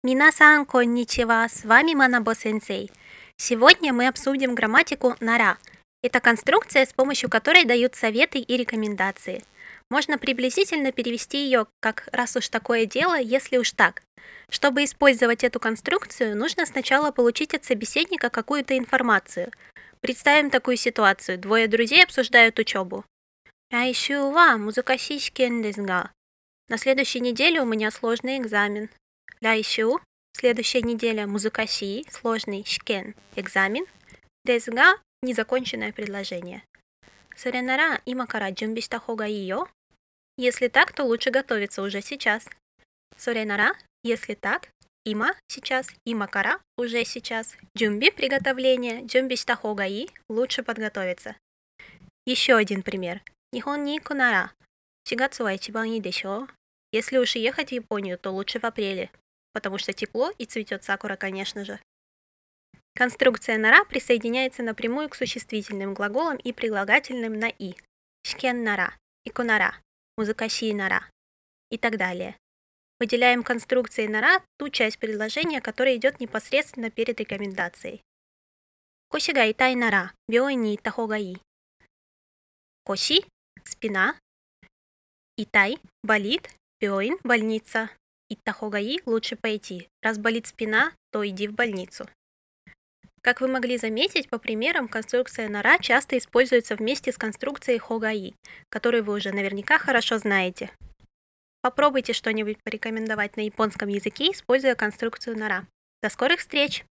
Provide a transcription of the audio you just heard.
Минасан, конничева, с вами Манабо-сенсей. Сегодня мы обсудим грамматику нара. Это конструкция, с помощью которой дают советы и рекомендации. Можно приблизительно перевести ее как «раз уж такое дело, если уж так». Чтобы использовать эту конструкцию, нужно сначала получить от собеседника какую-то информацию. Представим такую ситуацию. Двое друзей обсуждают учебу. Ляйшува музыкасишкен десга. На следующей неделе у меня сложный экзамен. Ляйшу, следующая неделя музыкаши, сложный шкен, экзамен. Десга, незаконченное предложение. Соренара имакара джумбишта хога иё. Если так, то лучше готовиться уже сейчас. Соренара, если так, има сейчас, имакара уже сейчас. Джумби приготовление, джумбишта хога и лучше подготовиться. Еще один пример. Нихон ни кунара. Шигацу ва ичибан ii дешо. Если уж ехать в Японию, то лучше в апреле, потому что тепло и цветет сакура, конечно же. Конструкция нара присоединяется напрямую к существительным глаголам и прилагательным на «и». Шкен нара, иконара, музыкаши нара и так далее. Выделяем конструкцией нара ту часть предложения, которая идет непосредственно перед рекомендацией. Коши га итай нара, бёин ни итта хога ii. Коши – спина, итай – болит, бёин – больница. Итта хога ii – лучше пойти. Раз болит спина, то иди в больницу. Как вы могли заметить, по примерам, конструкция нара часто используется вместе с конструкцией хога ii, которую вы уже наверняка хорошо знаете. Попробуйте что-нибудь порекомендовать на японском языке, используя конструкцию нара. До скорых встреч!